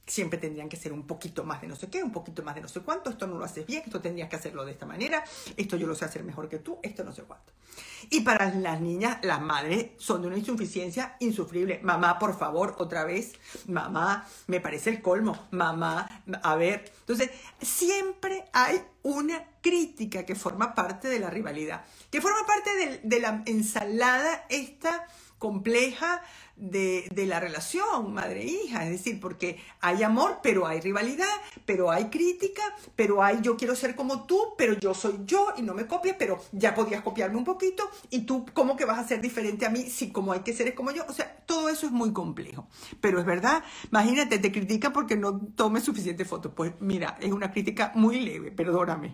siempre tendrían que ser un poquito más de no sé qué, un poquito más de no sé cuánto, esto no lo haces bien, esto tendrías que hacerlo de esta manera, esto yo lo sé hacer mejor que tú, esto no sé cuánto. Y para las niñas, las madres son de una insuficiencia insufrible. Mamá, por favor, otra vez, mamá, me parece el colmo, mamá, a ver. Entonces, siempre hay una crítica que forma parte de la rivalidad, que forma parte de, de la ensalada esta compleja de, de la relación madre-hija, es decir, porque hay amor, pero hay rivalidad, pero hay crítica, pero hay yo quiero ser como tú, pero yo soy yo y no me copies, pero ya podías copiarme un poquito y tú ¿cómo que vas a ser diferente a mí si como hay que ser es como yo? O sea, todo eso es muy complejo, pero es verdad, imagínate, te critican porque no tomes suficientes fotos, pues mira, es una crítica muy leve, perdóname.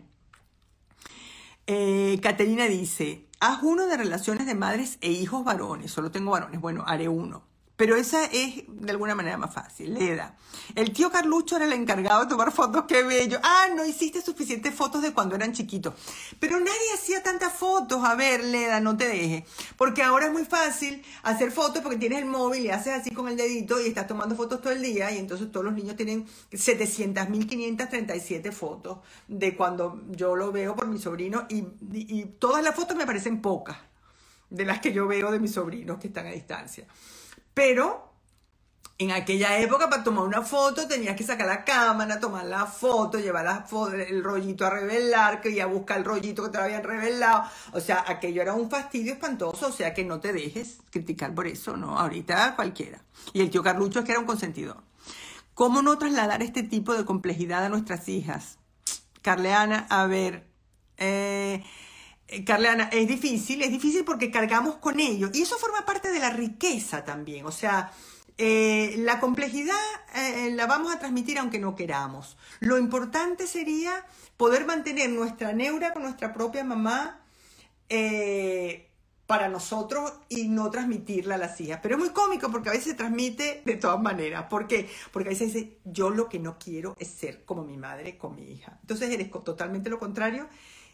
Eh, Caterina dice, haz uno de relaciones de madres e hijos varones. Solo tengo varones. Bueno, haré uno. Pero esa es de alguna manera más fácil. Leda. El tío Carlucho era el encargado de tomar fotos. ¡Qué bello! Ah, no hiciste suficientes fotos de cuando eran chiquitos. Pero nadie hacía tantas fotos. A ver, Leda, no te dejes. Porque ahora es muy fácil hacer fotos porque tienes el móvil y haces así con el dedito y estás tomando fotos todo el día. Y entonces todos los niños tienen setecientas mil quinientas treinta y siete fotos de cuando yo lo veo por mi sobrino. Y, y, y todas las fotos me parecen pocas de las que yo veo de mis sobrinos que están a distancia. Pero en aquella época para tomar una foto tenías que sacar la cámara, tomar la foto, llevar la foto, el rollito a revelar, que ya buscar el rollito que te lo habían revelado. O sea, aquello era un fastidio espantoso, o sea que no te dejes criticar por eso, ¿no? Ahorita cualquiera. Y el tío Carlucho es que era un consentidor. ¿Cómo no trasladar este tipo de complejidad a nuestras hijas? Carleana, a ver... Eh, Carleana, es difícil, es difícil porque cargamos con ello y eso forma parte de la riqueza también, o sea, eh, la complejidad eh, la vamos a transmitir aunque no queramos. Lo importante sería poder mantener nuestra neura con nuestra propia mamá eh, para nosotros y no transmitirla a las hijas, pero es muy cómico porque a veces se transmite de todas maneras. ¿Por qué? Porque a veces dice, yo lo que no quiero es ser como mi madre con mi hija, entonces eres totalmente lo contrario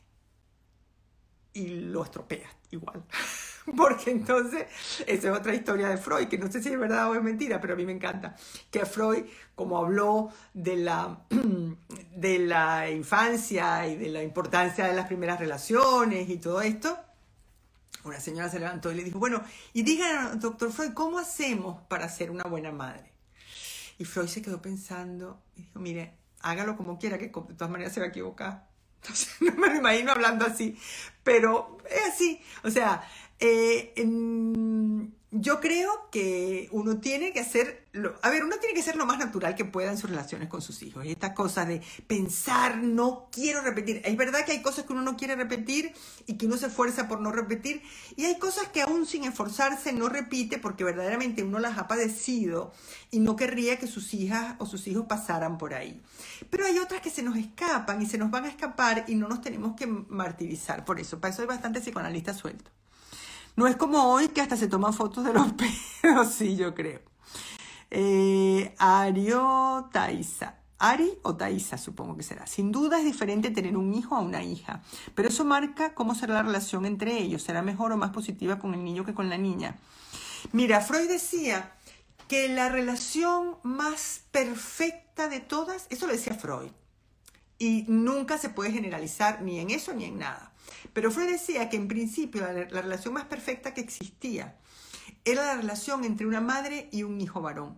y lo estropeas igual. Porque entonces, esa es otra historia de Freud, que no sé si es verdad o es mentira, pero a mí me encanta. Que Freud, como habló de la, de la infancia y de la importancia de las primeras relaciones y todo esto, una señora se levantó y le dijo, bueno, y díganos, doctor Freud, ¿cómo hacemos para ser una buena madre? Y Freud se quedó pensando y dijo, mire, hágalo como quiera, que de todas maneras se va a equivocar. Entonces, no me lo imagino hablando así, pero es así. O sea, eh, en, yo creo que uno tiene que hacer, lo, a ver, uno tiene que ser lo más natural que pueda en sus relaciones con sus hijos. Y esta cosa de pensar, no quiero repetir. Es verdad que hay cosas que uno no quiere repetir y que uno se esfuerza por no repetir. Y hay cosas que aún sin esforzarse no repite porque verdaderamente uno las ha padecido y no querría que sus hijas o sus hijos pasaran por ahí. Pero hay otras que se nos escapan y se nos van a escapar y no nos tenemos que martirizar por eso. Para eso hay bastante psicoanalista suelto. No es como hoy que hasta se toman fotos de los pedos, sí, yo creo. Eh, Ario Taisa. Ari o Taisa, supongo que será. Sin duda es diferente tener un hijo a una hija, pero eso marca cómo será la relación entre ellos. ¿Será mejor o más positiva con el niño que con la niña? Mira, Freud decía que la relación más perfecta de todas, eso lo decía Freud, y nunca se puede generalizar ni en eso ni en nada. Pero Freud decía que en principio la, la relación más perfecta que existía era la relación entre una madre y un hijo varón.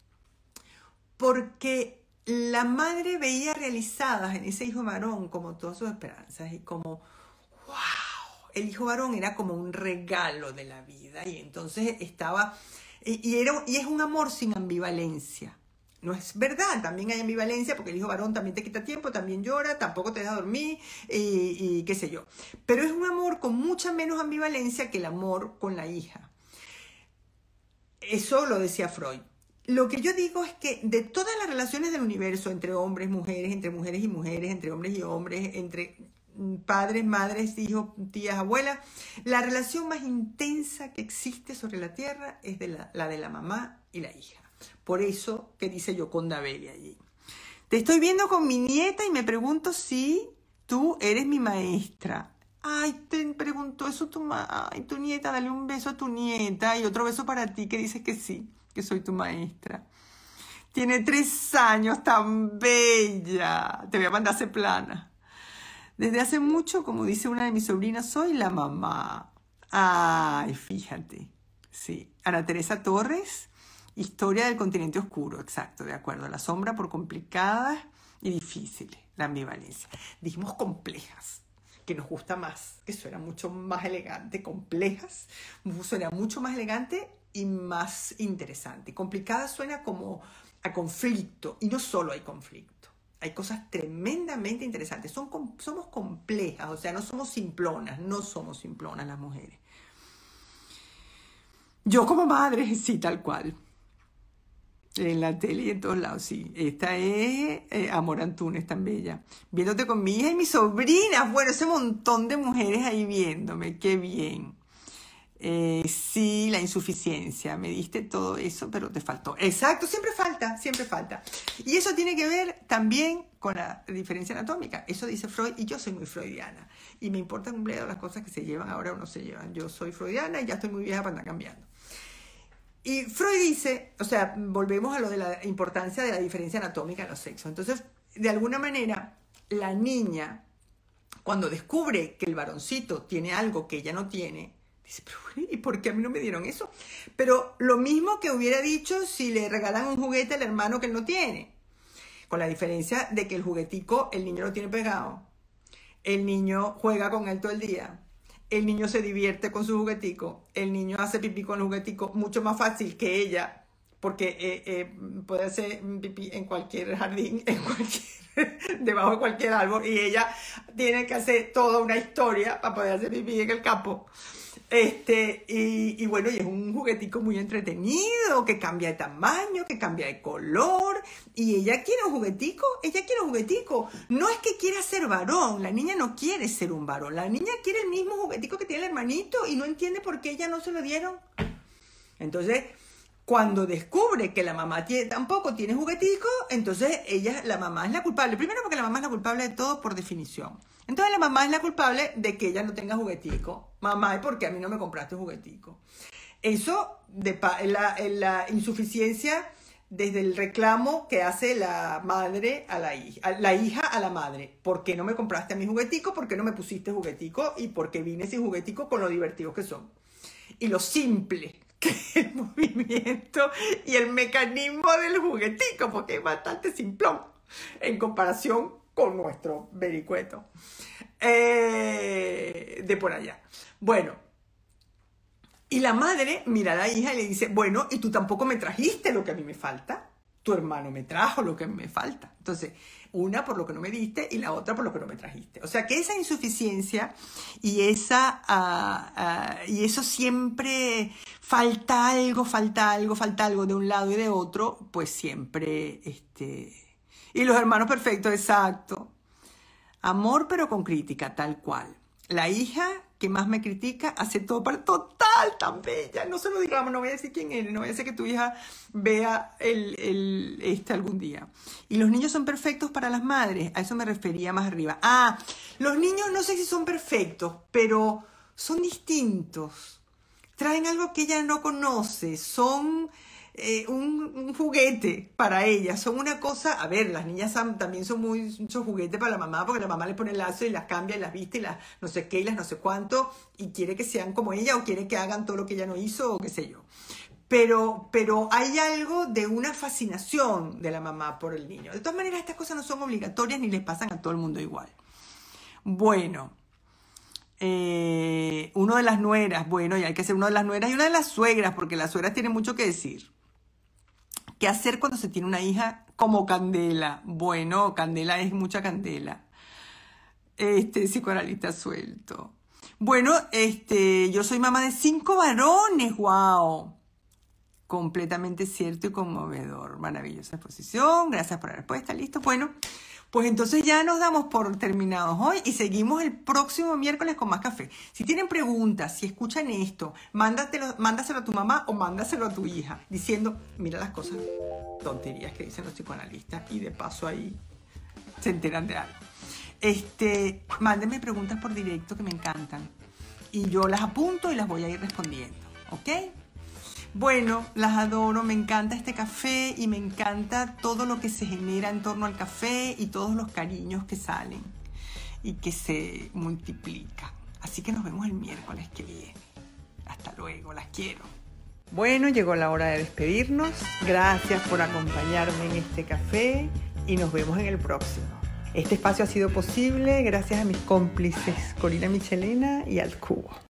Porque la madre veía realizadas en ese hijo varón como todas sus esperanzas y como, wow, el hijo varón era como un regalo de la vida y entonces estaba, y, y, era, y es un amor sin ambivalencia. No es verdad, también hay ambivalencia porque el hijo varón también te quita tiempo, también llora, tampoco te deja dormir y, y qué sé yo. Pero es un amor con mucha menos ambivalencia que el amor con la hija. Eso lo decía Freud. Lo que yo digo es que de todas las relaciones del universo, entre hombres, mujeres, entre mujeres y mujeres, entre hombres y hombres, entre padres, madres, hijos, tías, abuelas, la relación más intensa que existe sobre la tierra es de la, la de la mamá y la hija. Por eso que dice Yoconda Belli allí. Te estoy viendo con mi nieta y me pregunto si tú eres mi maestra. Ay, te preguntó eso tu, ma Ay, tu nieta, dale un beso a tu nieta y otro beso para ti que dices que sí, que soy tu maestra. Tiene tres años, tan bella. Te voy a mandar a hacer plana. Desde hace mucho, como dice una de mis sobrinas, soy la mamá. Ay, fíjate. Sí. Ana Teresa Torres, Historia del continente oscuro. Exacto, de acuerdo. La sombra por complicadas y difíciles. La ambivalencia. Dijimos complejas, que nos gusta más, que suena mucho más elegante. Complejas suena mucho más elegante y más interesante. Complicada suena como a conflicto, y no solo hay conflicto. Hay cosas tremendamente interesantes. Son, somos complejas, o sea, no somos simplonas, no somos simplonas las mujeres. Yo como madre, sí, tal cual. En la tele y en todos lados, sí. Esta es eh, Amor Antunes, tan bella. Viéndote con mi hija y mis sobrinas. Bueno, ese montón de mujeres ahí viéndome. Qué bien. Eh, sí, la insuficiencia. Me diste todo eso, pero te faltó. Exacto, siempre falta, siempre falta. Y eso tiene que ver también con la diferencia anatómica. Eso dice Freud y yo soy muy freudiana. Y me importan un bledo las cosas que se llevan ahora o no se llevan. Yo soy freudiana y ya estoy muy vieja para andar cambiando. Y Freud dice, o sea, volvemos a lo de la importancia de la diferencia anatómica en los sexos. Entonces, de alguna manera, la niña, cuando descubre que el varoncito tiene algo que ella no tiene, dice, pero ¿y por qué a mí no me dieron eso? Pero lo mismo que hubiera dicho si le regalan un juguete al hermano que él no tiene. Con la diferencia de que el juguetico, el niño lo tiene pegado. El niño juega con él todo el día. El niño se divierte con su juguetico, el niño hace pipí con el juguetico mucho más fácil que ella, porque eh, eh, puede hacer pipí en cualquier jardín, en cualquier, debajo de cualquier árbol, y ella tiene que hacer toda una historia para poder hacer pipí en el campo. Este, y, y bueno, y es un juguetico muy entretenido, que cambia de tamaño, que cambia de color, y ella quiere un juguetico, ella quiere un juguetico. No es que quiera ser varón, la niña no quiere ser un varón, la niña quiere el mismo juguetico que tiene el hermanito y no entiende por qué ella no se lo dieron. Entonces, cuando descubre que la mamá tiene, tampoco tiene juguetico, entonces ella, la mamá es la culpable. Primero porque la mamá es la culpable de todo por definición. Entonces la mamá es la culpable de que ella no tenga juguetico. Mamá, ¿y por qué a mí no me compraste juguetico? Eso, de la, la insuficiencia desde el reclamo que hace la madre a la hija, la hija a la madre. ¿Por qué no me compraste a mi juguetico? ¿Por qué no me pusiste juguetico? ¿Y por qué vine sin juguetico con lo divertidos que son? Y lo simple que es el movimiento y el mecanismo del juguetico, porque es bastante simplón en comparación con nuestro vericueto eh, de por allá. Bueno, y la madre mira a la hija y le dice, bueno, y tú tampoco me trajiste lo que a mí me falta. Tu hermano me trajo lo que me falta. Entonces, una por lo que no me diste y la otra por lo que no me trajiste. O sea, que esa insuficiencia y, esa, uh, uh, y eso siempre falta algo, falta algo, falta algo de un lado y de otro, pues siempre... este Y los hermanos perfectos, exacto. Amor pero con crítica, tal cual. La hija que más me critica hace todo para total, tan bella. No se lo digamos, no voy a decir quién eres, no voy a decir que tu hija vea el, el, este algún día. Y los niños son perfectos para las madres, a eso me refería más arriba. Ah, los niños no sé si son perfectos, pero son distintos. Traen algo que ella no conoce, son... Eh, un, un juguete para ellas, son una cosa, a ver, las niñas son, también son muy mucho juguete para la mamá, porque la mamá le pone el lazo y las cambia y las viste y las no sé qué y las no sé cuánto, y quiere que sean como ella o quiere que hagan todo lo que ella no hizo o qué sé yo. Pero, pero hay algo de una fascinación de la mamá por el niño. De todas maneras, estas cosas no son obligatorias ni les pasan a todo el mundo igual. Bueno, eh, uno de las nueras, bueno, y hay que hacer uno de las nueras y una de las suegras, porque las suegras tienen mucho que decir. ¿Qué hacer cuando se tiene una hija como Candela? Bueno, Candela es mucha candela. Este, psicoanalista suelto. Bueno, este, yo soy mamá de cinco varones, wow. Completamente cierto y conmovedor. Maravillosa exposición, gracias por la respuesta, listo. Bueno, pues entonces ya nos damos por terminados hoy y seguimos el próximo miércoles con más café. Si tienen preguntas, si escuchan esto, mándatelo, mándaselo a tu mamá o mándaselo a tu hija, diciendo, mira las cosas, tonterías que dicen los psicoanalistas y de paso ahí se enteran de algo. Este, mándenme preguntas por directo que me encantan y yo las apunto y las voy a ir respondiendo, ¿ok? Bueno, las adoro, me encanta este café y me encanta todo lo que se genera en torno al café y todos los cariños que salen y que se multiplican. Así que nos vemos el miércoles que viene. Hasta luego, las quiero. Bueno, llegó la hora de despedirnos. Gracias por acompañarme en este café y nos vemos en el próximo. Este espacio ha sido posible gracias a mis cómplices Corina Michelena y Al Cubo.